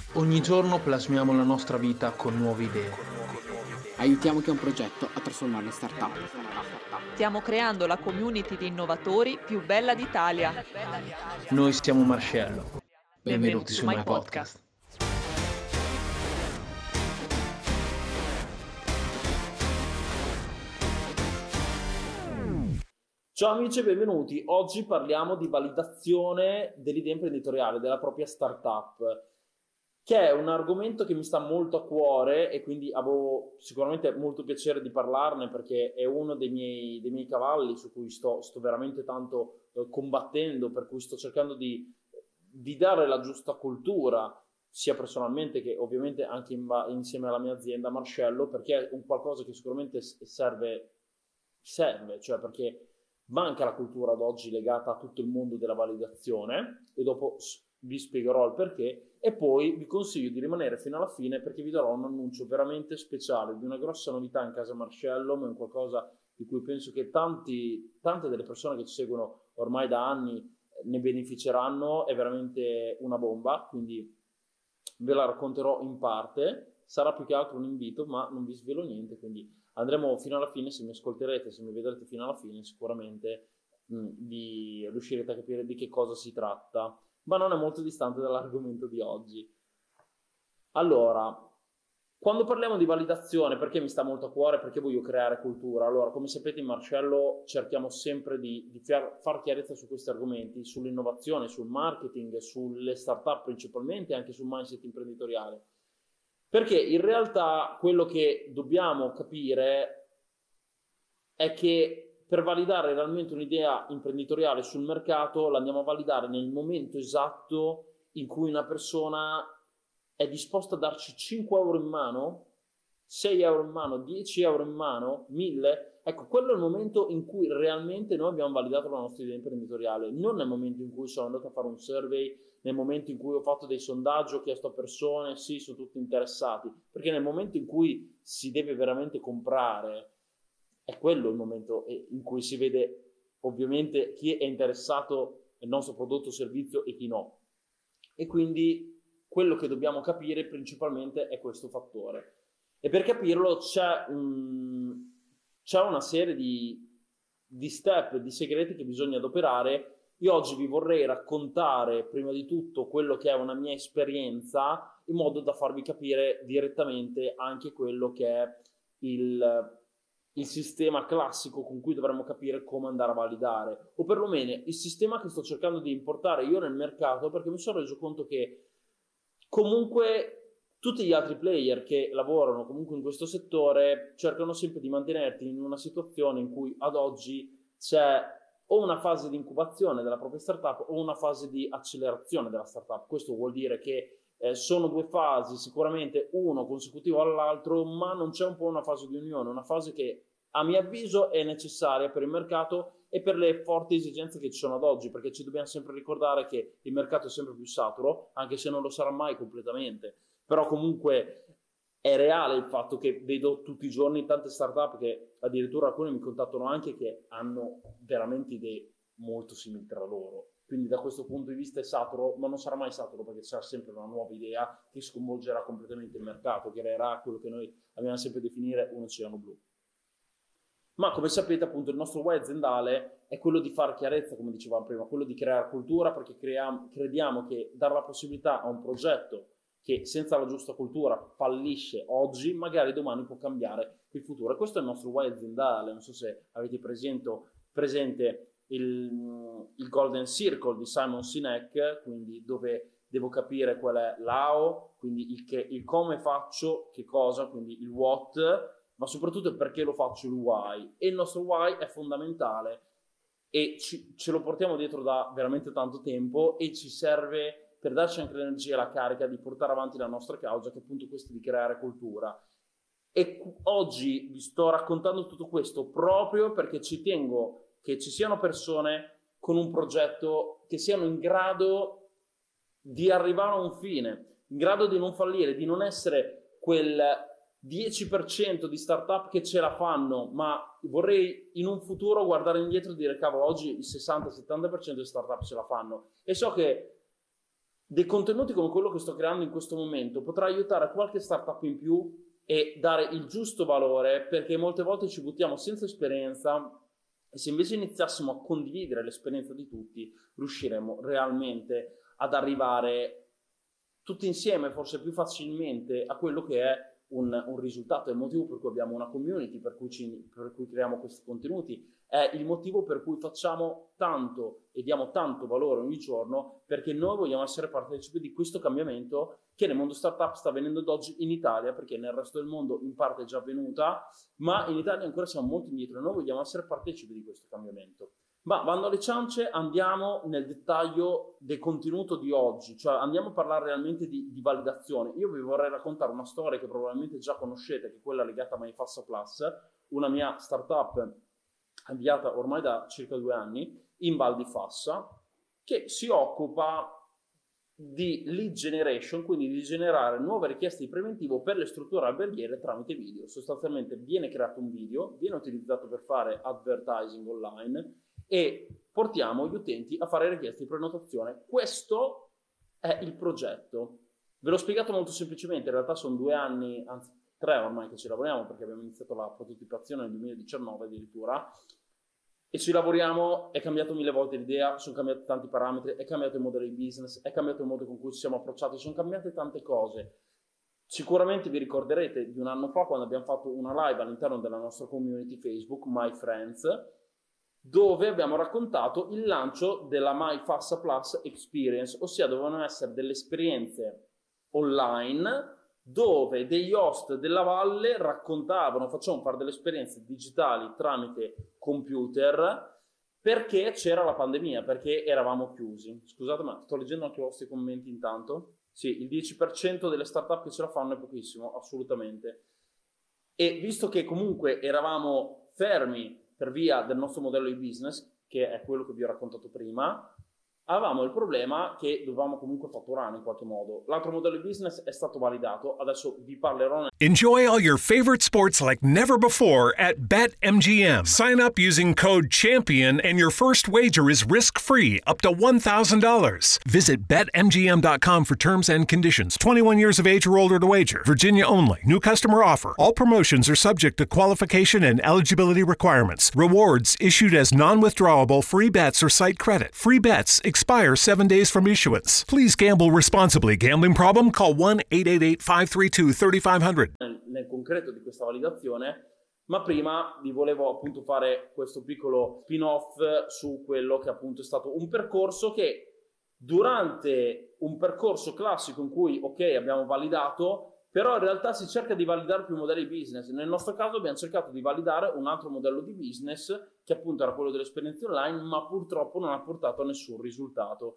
Ogni giorno plasmiamo la nostra vita con nuove idee. Aiutiamo chi ha un progetto a trasformarlo in startup. Stiamo creando la community di innovatori più bella d'Italia. Noi siamo Marcello. Benvenuti su My Podcast. Ciao amici e benvenuti. Oggi parliamo di validazione dell'idea imprenditoriale, della propria startup, che è un argomento che mi sta molto a cuore e quindi avevo sicuramente molto piacere di parlarne perché è uno dei miei cavalli su cui sto veramente tanto combattendo, per cui sto cercando di dare la giusta cultura, sia personalmente che ovviamente anche insieme alla mia azienda Marcello, perché è un qualcosa che sicuramente serve, cioè perché manca la cultura ad oggi legata a tutto il mondo della validazione e dopo vi spiegherò il perché e poi vi consiglio di rimanere fino alla fine perché vi darò un annuncio veramente speciale di una grossa novità in casa Marcello, ma è un qualcosa di cui penso che tante delle persone che ci seguono ormai da anni ne beneficeranno, è veramente una bomba, quindi ve la racconterò in parte, sarà più che altro un invito ma non vi svelo niente, quindi andremo fino alla fine. Se mi ascolterete, se mi vedrete fino alla fine, sicuramente vi riuscirete a capire di che cosa si tratta, ma non è molto distante dall'argomento di oggi. Allora, quando parliamo di validazione, perché mi sta molto a cuore? Perché voglio creare cultura. Allora, come sapete in Marcello cerchiamo sempre di far chiarezza su questi argomenti, sull'innovazione, sul marketing, sulle startup principalmente e anche sul mindset imprenditoriale. Perché in realtà quello che dobbiamo capire è che per validare realmente un'idea imprenditoriale sul mercato la andiamo a validare nel momento esatto in cui una persona è disposta a darci 5 euro in mano, 6 euro in mano, 10 euro in mano, 1000. Ecco, quello è il momento in cui realmente noi abbiamo validato la nostra idea imprenditoriale, non nel momento in cui sono andato a fare un survey, nel momento in cui ho fatto dei sondaggi, ho chiesto a persone, sì, sono tutti interessati, perché nel momento in cui si deve veramente comprare, è quello il momento in cui si vede ovviamente chi è interessato al nostro prodotto o servizio e chi no. E quindi quello che dobbiamo capire principalmente è questo fattore. E per capirlo c'è una serie di step, di segreti che bisogna adoperare. Io oggi vi vorrei raccontare prima di tutto quello che è una mia esperienza, in modo da farvi capire direttamente anche quello che è il sistema classico con cui dovremmo capire come andare a validare, o perlomeno il sistema che sto cercando di importare io nel mercato, perché mi sono reso conto che comunque tutti gli altri player che lavorano comunque in questo settore cercano sempre di mantenerti in una situazione in cui ad oggi c'è o una fase di incubazione della propria startup o una fase di accelerazione della startup. Questo vuol dire che sono due fasi, sicuramente uno consecutivo all'altro, ma non c'è un po' una fase di unione, una fase che a mio avviso è necessaria per il mercato e per le forti esigenze che ci sono ad oggi, perché ci dobbiamo sempre ricordare che il mercato è sempre più saturo, anche se non lo sarà mai completamente, però comunque è reale il fatto che vedo tutti i giorni tante startup che addirittura alcune mi contattano anche che hanno veramente idee molto simili tra loro. Quindi da questo punto di vista è saturo, ma non sarà mai saturo perché sarà sempre una nuova idea che sconvolgerà completamente il mercato, che creerà quello che noi abbiamo sempre definire un oceano blu. Ma come sapete appunto il nostro why aziendale è quello di fare chiarezza, come dicevamo prima, quello di creare cultura, perché crediamo che dare la possibilità a un progetto che senza la giusta cultura fallisce oggi, magari domani può cambiare il futuro. E questo è il nostro why aziendale. Non so se avete presente il Golden Circle di Simon Sinek, quindi dove devo capire qual è l'HOW, quindi il come faccio, che cosa, quindi il what, ma soprattutto il perché lo faccio, il why. E il nostro why è fondamentale e ce lo portiamo dietro da veramente tanto tempo e ci serve per darci anche l'energia e la carica di portare avanti la nostra causa, che è appunto questa di creare cultura. E oggi vi sto raccontando tutto questo proprio perché ci tengo che ci siano persone con un progetto che siano in grado di arrivare a un fine, in grado di non fallire, di non essere quel 10% di startup che ce la fanno, ma vorrei in un futuro guardare indietro e dire cavolo, oggi il 60-70% di startup ce la fanno. E so che dei contenuti come quello che sto creando in questo momento potrà aiutare qualche startup in più e dare il giusto valore, perché molte volte ci buttiamo senza esperienza e se invece iniziassimo a condividere l'esperienza di tutti, riusciremo realmente ad arrivare tutti insieme, forse più facilmente, a quello che è un risultato. È il motivo per cui abbiamo una community, per cui creiamo questi contenuti, è il motivo per cui facciamo tanto e diamo tanto valore ogni giorno, perché noi vogliamo essere partecipi di questo cambiamento che nel mondo startup sta avvenendo ad oggi in Italia, perché nel resto del mondo in parte è già avvenuta, ma in Italia ancora siamo molto indietro e noi vogliamo essere partecipi di questo cambiamento. Ma bando alle ciance, andiamo nel dettaglio del contenuto di oggi, cioè andiamo a parlare realmente di validazione. Io vi vorrei raccontare una storia che probabilmente già conoscete, che è quella legata a MyFassa Plus, una mia startup avviata ormai da circa 2 anni in Val di Fassa, che si occupa di lead generation, quindi di generare nuove richieste di preventivo per le strutture alberghiere tramite video. Sostanzialmente viene creato un video, viene utilizzato per fare advertising online e portiamo gli utenti a fare richieste di prenotazione. Questo è il progetto. Ve l'ho spiegato molto semplicemente, in realtà sono 2 anni, anzi 3 ormai che ci lavoriamo, perché abbiamo iniziato la prototipazione nel 2019 addirittura, e ci lavoriamo. È cambiato 1000 volte l'idea, sono cambiati tanti parametri, è cambiato il modello di business, è cambiato il modo con cui ci siamo approcciati, sono cambiate tante cose. Sicuramente vi ricorderete di 1 anno fa, quando abbiamo fatto una live all'interno della nostra community Facebook, My Friends, dove abbiamo raccontato il lancio della MyFassa Plus Experience, ossia dovevano essere delle esperienze online dove degli host della valle raccontavano, facciamo fare delle esperienze digitali tramite computer, perché c'era la pandemia, perché eravamo chiusi. Scusate, ma sto leggendo anche i vostri commenti intanto. Sì, il 10% delle startup che ce la fanno è pochissimo, assolutamente. E visto che comunque eravamo fermi per via del nostro modello di business, che è quello che vi ho raccontato prima, avevamo il problema che dovevamo comunque fatturare in qualche modo. L'altro modello di business è stato validato, adesso vi parlerò. Enjoy all your favorite sports like never before at BetMGM. Sign up using code CHAMPION and your first wager is risk-free up to $1,000. Visit BetMGM.com for terms and conditions. 21 years of age or older to wager. Virginia only. New customer offer. All promotions are subject to qualification and eligibility requirements. Rewards issued as non-withdrawable free bets or site credit. Free bets expire 7 days from issuance. Please gamble responsibly. Gambling problem? Call 1-888-532-3500. Nel concreto di questa validazione, ma prima vi volevo appunto fare questo piccolo spin-off su quello che appunto è stato un percorso che durante un percorso classico in cui ok abbiamo validato, però in realtà si cerca di validare più modelli di business. Nel nostro caso abbiamo cercato di validare un altro modello di business che appunto era quello delle esperienze online, ma purtroppo non ha portato a nessun risultato.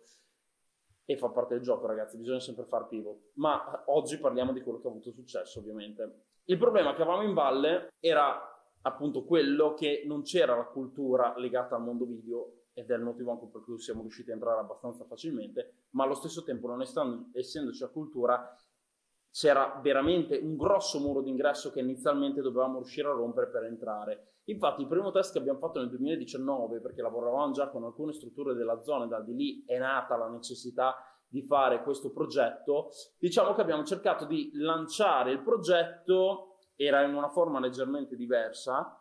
E fa parte del gioco, ragazzi, bisogna sempre far pivot. Ma oggi parliamo di quello che ha avuto successo, ovviamente. Il problema che avevamo in valle era appunto quello che non c'era la cultura legata al mondo video, ed è il motivo anche per cui siamo riusciti a entrare abbastanza facilmente, ma allo stesso tempo, non essendoci la cultura, c'era veramente un grosso muro d'ingresso che inizialmente dovevamo riuscire a rompere per entrare. Infatti il primo test che abbiamo fatto nel 2019, perché lavoravamo già con alcune strutture della zona, da di lì è nata la necessità di fare questo progetto, diciamo che abbiamo cercato di lanciare il progetto, era in una forma leggermente diversa,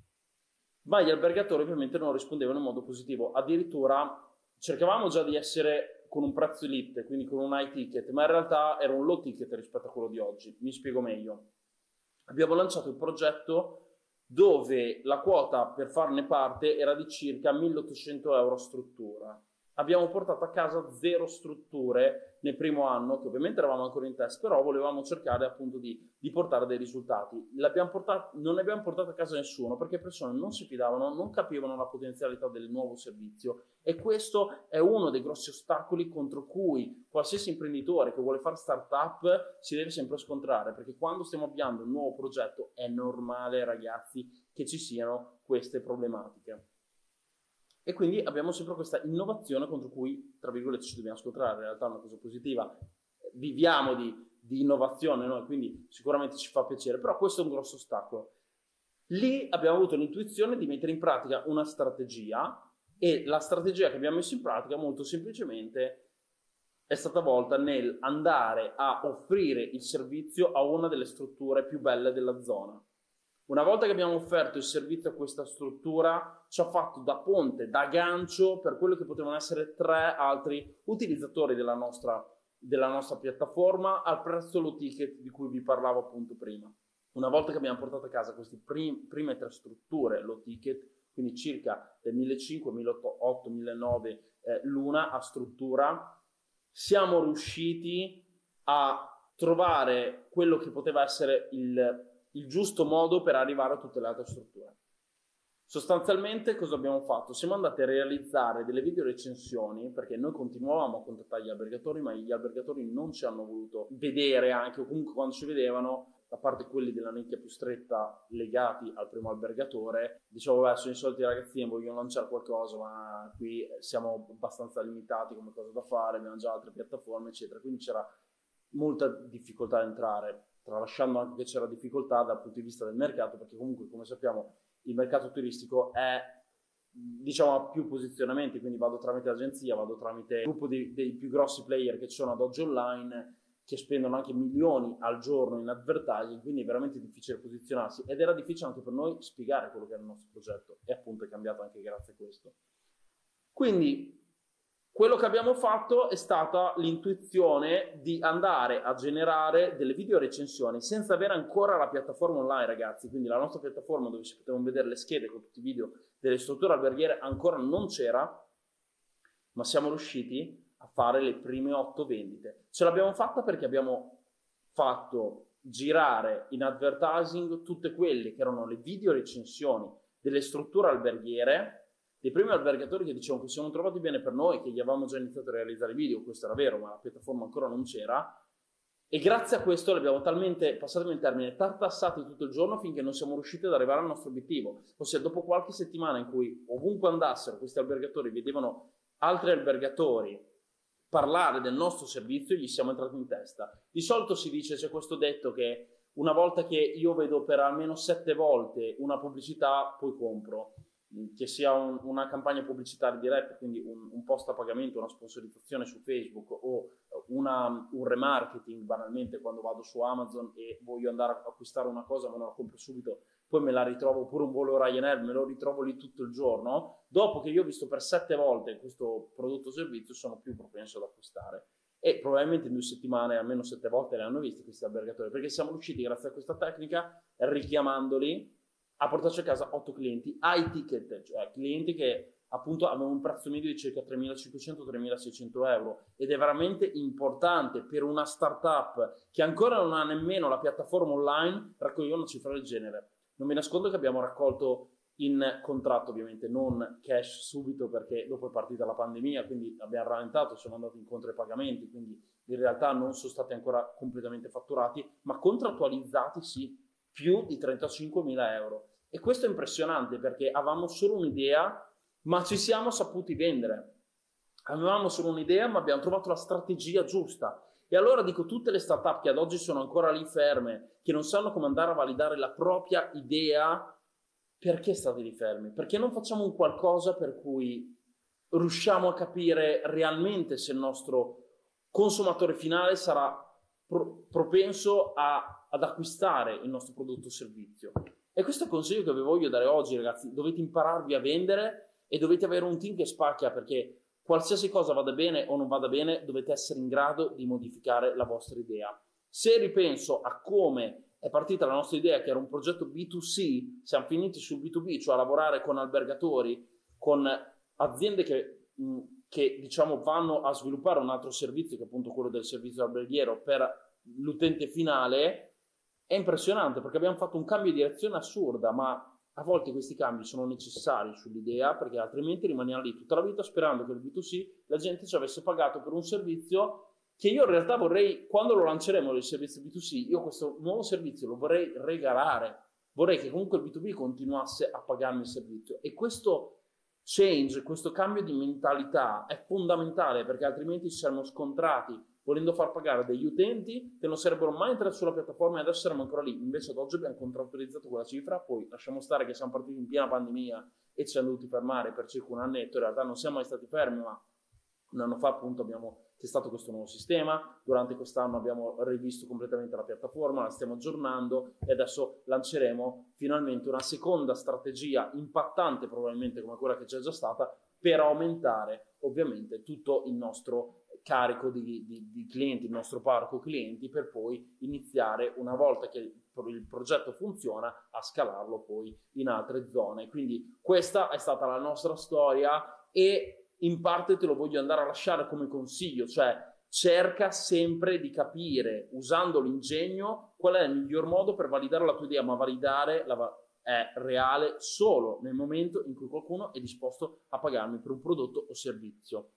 ma gli albergatori ovviamente non rispondevano in modo positivo. Addirittura cercavamo già di essere con un prezzo elite, quindi con un high ticket, ma in realtà era un low ticket rispetto a quello di oggi. Mi spiego meglio. Abbiamo lanciato il progetto dove la quota per farne parte era di circa 1.800 euro a struttura. Abbiamo portato a casa 0 strutture nel primo anno, che ovviamente eravamo ancora in test, però volevamo cercare appunto di portare dei risultati. Non ne abbiamo portato a casa nessuno, perché le persone non si fidavano, non capivano la potenzialità del nuovo servizio, e questo è uno dei grossi ostacoli contro cui qualsiasi imprenditore che vuole fare startup si deve sempre scontrare, perché quando stiamo avviando un nuovo progetto è normale, ragazzi, che ci siano queste problematiche. E quindi abbiamo sempre questa innovazione contro cui, tra virgolette, ci dobbiamo scontrare. In realtà è una cosa positiva, viviamo di innovazione noi, quindi sicuramente ci fa piacere, però questo è un grosso ostacolo. Lì abbiamo avuto l'intuizione di mettere in pratica una strategia, e la strategia che abbiamo messo in pratica molto semplicemente è stata volta nel andare a offrire il servizio a una delle strutture più belle della zona. Una volta che abbiamo offerto il servizio a questa struttura, ci ha fatto da ponte, da gancio per quello che potevano essere 3 altri utilizzatori della nostra piattaforma al prezzo low ticket di cui vi parlavo appunto prima. Una volta che abbiamo portato a casa queste prime 3 strutture low ticket, quindi circa 1.500, 1.800, 1.900 l'una a struttura, siamo riusciti a trovare quello che poteva essere il giusto modo per arrivare a tutte le altre strutture. Sostanzialmente cosa abbiamo fatto? Siamo andati a realizzare delle video recensioni, perché noi continuavamo a contattare gli albergatori, ma gli albergatori non ci hanno voluto vedere, anche o comunque quando ci vedevano, a parte quelli della nicchia più stretta legati al primo albergatore, dicevo vabbè, sono i soliti ragazzini, vogliono lanciare qualcosa, ma qui siamo abbastanza limitati come cosa da fare, abbiamo già altre piattaforme eccetera, quindi c'era molta difficoltà ad entrare, tralasciando anche che c'era difficoltà dal punto di vista del mercato, perché comunque come sappiamo il mercato turistico è, diciamo, a più posizionamenti, quindi vado tramite agenzia, vado tramite il gruppo dei più grossi player che ci sono ad oggi online, che spendono anche milioni al giorno in advertising, quindi è veramente difficile posizionarsi ed era difficile anche per noi spiegare quello che era il nostro progetto e appunto è cambiato anche grazie a questo. Quindi quello che abbiamo fatto è stata l'intuizione di andare a generare delle video recensioni senza avere ancora la piattaforma online, ragazzi, quindi la nostra piattaforma dove si potevano vedere le schede con tutti i video delle strutture alberghiere ancora non c'era, ma siamo riusciti a fare le prime 8 vendite. Ce l'abbiamo fatta perché abbiamo fatto girare in advertising tutte quelle che erano le video recensioni delle strutture alberghiere, dei primi albergatori che dicevano che si sono trovati bene per noi, che gli avevamo già iniziato a realizzare video, questo era vero, ma la piattaforma ancora non c'era, e grazie a questo li abbiamo talmente, passatemi il termine, tartassati tutto il giorno finché non siamo riusciti ad arrivare al nostro obiettivo. Ossia, dopo qualche settimana in cui ovunque andassero questi albergatori vedevano altri albergatori parlare del nostro servizio, gli siamo entrati in testa. Di solito si dice, c'è questo detto che una volta che io vedo per almeno 7 volte una pubblicità, poi compro, che sia una campagna pubblicitaria diretta, quindi un post a pagamento, una sponsorizzazione su Facebook o un remarketing, banalmente quando vado su Amazon e voglio andare a acquistare una cosa ma non la compro subito, poi me la ritrovo, oppure un volo Ryanair, me lo ritrovo lì tutto il giorno. Dopo che io ho visto per 7 volte questo prodotto o servizio, sono più propenso ad acquistare. E probabilmente in 2 settimane almeno 7 volte le hanno visti questi albergatori, perché siamo riusciti, grazie a questa tecnica, richiamandoli, a portarci a casa 8 clienti high ticket, cioè clienti che appunto avevano un prezzo medio di circa 3.500-3.600 euro, ed è veramente importante per una startup che ancora non ha nemmeno la piattaforma online raccogliere una cifra del genere. Non mi nascondo che abbiamo raccolto in contratto, ovviamente non cash subito, perché dopo è partita la pandemia, quindi abbiamo rallentato, siamo andati incontro ai pagamenti, quindi in realtà non sono stati ancora completamente fatturati, ma contrattualizzati sì, più di 35.000 euro. E questo è impressionante perché avevamo solo un'idea, ma ci siamo saputi vendere. Avevamo solo un'idea, ma abbiamo trovato la strategia giusta. E allora dico, tutte le startup che ad oggi sono ancora lì ferme, che non sanno come andare a validare la propria idea, perché state lì fermi? Perché non facciamo un qualcosa per cui riusciamo a capire realmente se il nostro consumatore finale sarà propenso ad acquistare il nostro prodotto o servizio? E questo è il consiglio che vi voglio dare oggi, ragazzi. Dovete impararvi a vendere e dovete avere un team che spacchia, perché qualsiasi cosa vada bene o non vada bene, dovete essere in grado di modificare la vostra idea. Se ripenso a come è partita la nostra idea, che era un progetto B2C, siamo finiti sul B2B, cioè a lavorare con albergatori, con aziende che diciamo vanno a sviluppare un altro servizio, che è appunto quello del servizio alberghiero per l'utente finale, è impressionante perché abbiamo fatto un cambio di direzione assurda, ma a volte questi cambi sono necessari sull'idea, perché altrimenti rimaniamo lì tutta la vita sperando che il B2C la gente ci avesse pagato per un servizio che io in realtà vorrei, quando lo lanceremo il servizio B2C, io questo nuovo servizio lo vorrei regalare, vorrei che comunque il B2B continuasse a pagarmi il servizio. E questo change, questo cambio di mentalità è fondamentale, perché altrimenti ci saremmo scontrati volendo far pagare degli utenti che non sarebbero mai entrati sulla piattaforma, e adesso saremmo ancora lì. Invece ad oggi abbiamo contrattualizzato quella cifra, poi lasciamo stare che siamo partiti in piena pandemia e ci siamo dovuti fermare per circa un annetto. In realtà non siamo mai stati fermi, ma un anno fa appunto abbiamo c'è stato questo nuovo sistema. Durante quest'anno abbiamo rivisto completamente la piattaforma, la stiamo aggiornando e adesso lanceremo finalmente una seconda strategia impattante, probabilmente come quella che c'è già stata, per aumentare ovviamente tutto il nostro carico di clienti, il nostro parco clienti, per poi iniziare, una volta che il progetto funziona, a scalarlo poi in altre zone. Quindi questa è stata la nostra storia e in parte te lo voglio andare a lasciare come consiglio, cioè cerca sempre di capire, usando l'ingegno, qual è il miglior modo per validare la tua idea, ma validare è reale solo nel momento in cui qualcuno è disposto a pagarmi per un prodotto o servizio.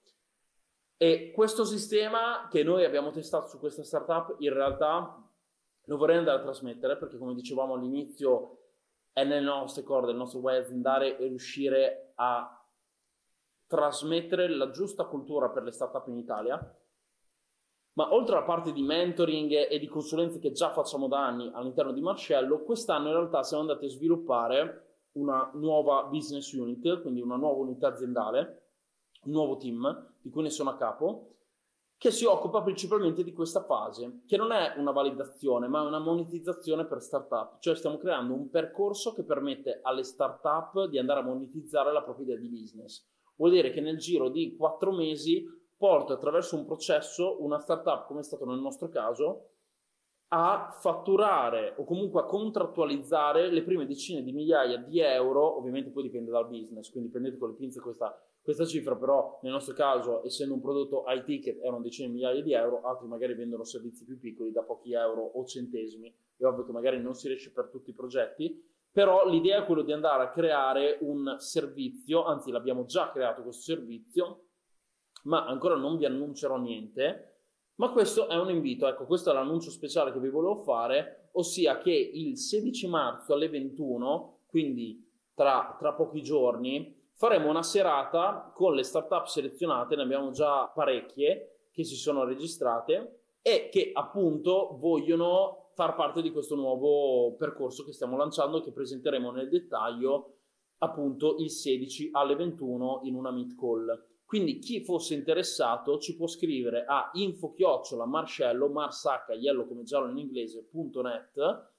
E questo sistema che noi abbiamo testato su questa startup, in realtà lo vorrei andare a trasmettere, perché come dicevamo all'inizio è nelle nostre corde, nel nostro way aziendale, e riuscire a trasmettere la giusta cultura per le startup in Italia. Ma oltre alla parte di mentoring e di consulenze che già facciamo da anni all'interno di Marcello, quest'anno in realtà siamo andati a sviluppare una nuova business unit, quindi una nuova unità aziendale, un nuovo team di cui ne sono a capo, che si occupa principalmente di questa fase, che non è una validazione, ma è una monetizzazione per startup. Cioè stiamo creando un percorso che permette alle startup di andare a monetizzare la propria idea di business. Vuol dire che nel giro di 4 mesi porto attraverso un processo una startup, come è stato nel nostro caso, a fatturare o comunque a contrattualizzare le prime decine di migliaia di euro. Ovviamente poi dipende dal business, quindi prendete con le pinze questa cifra, però nel nostro caso, essendo un prodotto high ticket, erano decine di migliaia di euro. Altri magari vendono servizi più piccoli da pochi euro o centesimi, è ovvio che magari non si riesce per tutti i progetti, però l'idea è quello di andare a creare un servizio, anzi l'abbiamo già creato questo servizio, ma ancora non vi annuncerò niente. Ma questo è un invito, ecco, questo è l'annuncio speciale che vi volevo fare, ossia che il 16 marzo alle 21, quindi tra pochi giorni, faremo una serata con le startup selezionate, ne abbiamo già parecchie che si sono registrate e che appunto vogliono far parte di questo nuovo percorso che stiamo lanciando e che presenteremo nel dettaglio appunto il 16 alle 21 in una meet call. Quindi chi fosse interessato ci può scrivere a info@marcello, marsacca, yellow come giallo in inglese.net,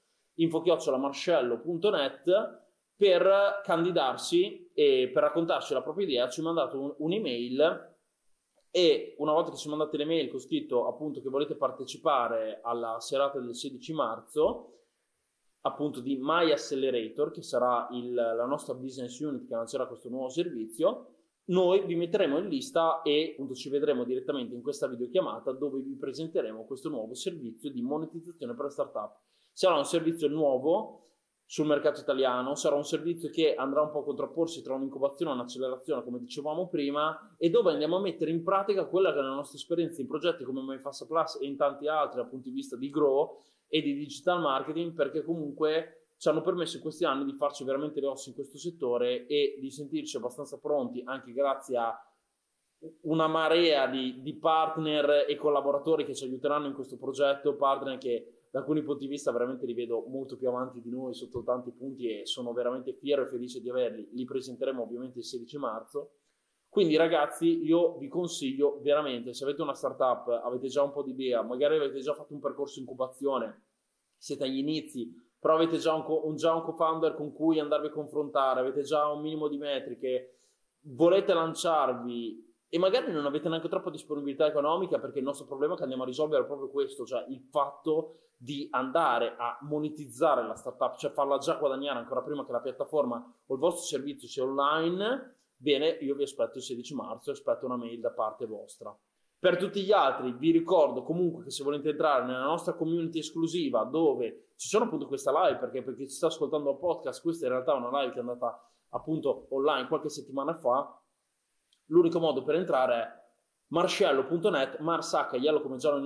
info@marcello.net, per candidarsi e per raccontarci la propria idea. Ci mandate un'email e una volta che ci mandate l'email con scritto appunto che volete partecipare alla serata del 16 marzo, appunto di My Accelerator, che sarà la nostra business unit che lancerà questo nuovo servizio, noi vi metteremo in lista e appunto ci vedremo direttamente in questa videochiamata dove vi presenteremo questo nuovo servizio di monetizzazione per startup. Sarà un servizio nuovo sul mercato italiano, sarà un servizio che andrà un po' a contrapporsi tra un'incubazione e un'accelerazione, come dicevamo prima, e dove andiamo a mettere in pratica quella che è la nostra esperienza in progetti come MyFassa Plus e in tanti altri dal punto di vista di grow e di digital marketing, perché comunque ci hanno permesso in questi anni di farci veramente le ossa in questo settore e di sentirci abbastanza pronti, anche grazie a una marea di partner e collaboratori che ci aiuteranno in questo progetto, partner che da alcuni punti di vista veramente li vedo molto più avanti di noi sotto tanti punti e sono veramente fiero e felice di averli. Li presenteremo ovviamente il 16 marzo. Quindi ragazzi, io vi consiglio veramente, se avete una startup, avete già un po' di idea, magari avete già fatto un percorso incubazione, siete agli inizi, però avete già un co-founder con cui andarvi a confrontare, avete già un minimo di metriche, volete lanciarvi e magari non avete neanche troppa disponibilità economica, perché il nostro problema che andiamo a risolvere è proprio questo, cioè il fatto di andare a monetizzare la startup, cioè farla già guadagnare ancora prima che la piattaforma o il vostro servizio sia online. Bene, io vi aspetto il 16 marzo e aspetto una mail da parte vostra. Per tutti gli altri vi ricordo comunque che se volete entrare nella nostra community esclusiva dove ci sono appunto questa live, perché per chi ci sta ascoltando il podcast, questa in realtà è una live che è andata appunto online qualche settimana fa, l'unico modo per entrare è marcello.net, marsacca, yellow come giallo in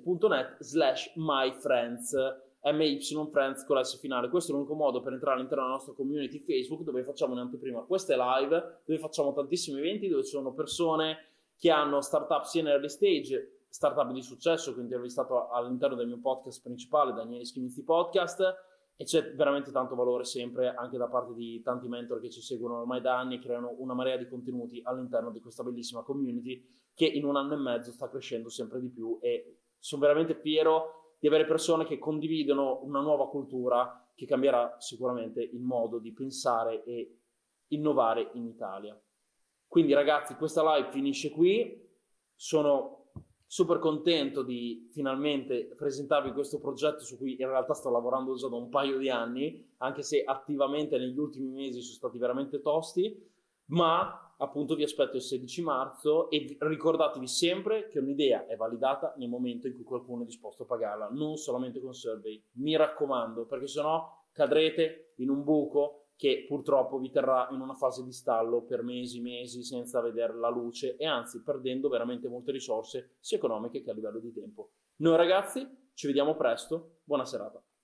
inglese.net/myfriends, MY-friends con la S finale. Questo è l'unico modo per entrare all'interno della nostra community Facebook, dove facciamo in anteprima queste live, dove facciamo tantissimi eventi, dove ci sono persone che hanno startup sia in early stage, startup di successo che ho intervistato all'interno del mio podcast principale, Daniele Schimizzi Podcast, e c'è veramente tanto valore sempre anche da parte di tanti mentor che ci seguono ormai da anni e creano una marea di contenuti all'interno di questa bellissima community che in 1 anno e mezzo sta crescendo sempre di più, e sono veramente fiero di avere persone che condividono una nuova cultura che cambierà sicuramente il modo di pensare e innovare in Italia. Quindi ragazzi, questa live finisce qui, sono super contento di finalmente presentarvi questo progetto su cui in realtà sto lavorando già da un paio di anni, anche se attivamente negli ultimi mesi sono stati veramente tosti, ma appunto vi aspetto il 16 marzo e ricordatevi sempre che un'idea è validata nel momento in cui qualcuno è disposto a pagarla, non solamente con survey, mi raccomando, perché sennò cadrete in un buco che purtroppo vi terrà in una fase di stallo per mesi senza vedere la luce e anzi perdendo veramente molte risorse sia economiche che a livello di tempo. Noi ragazzi ci vediamo presto, buona serata.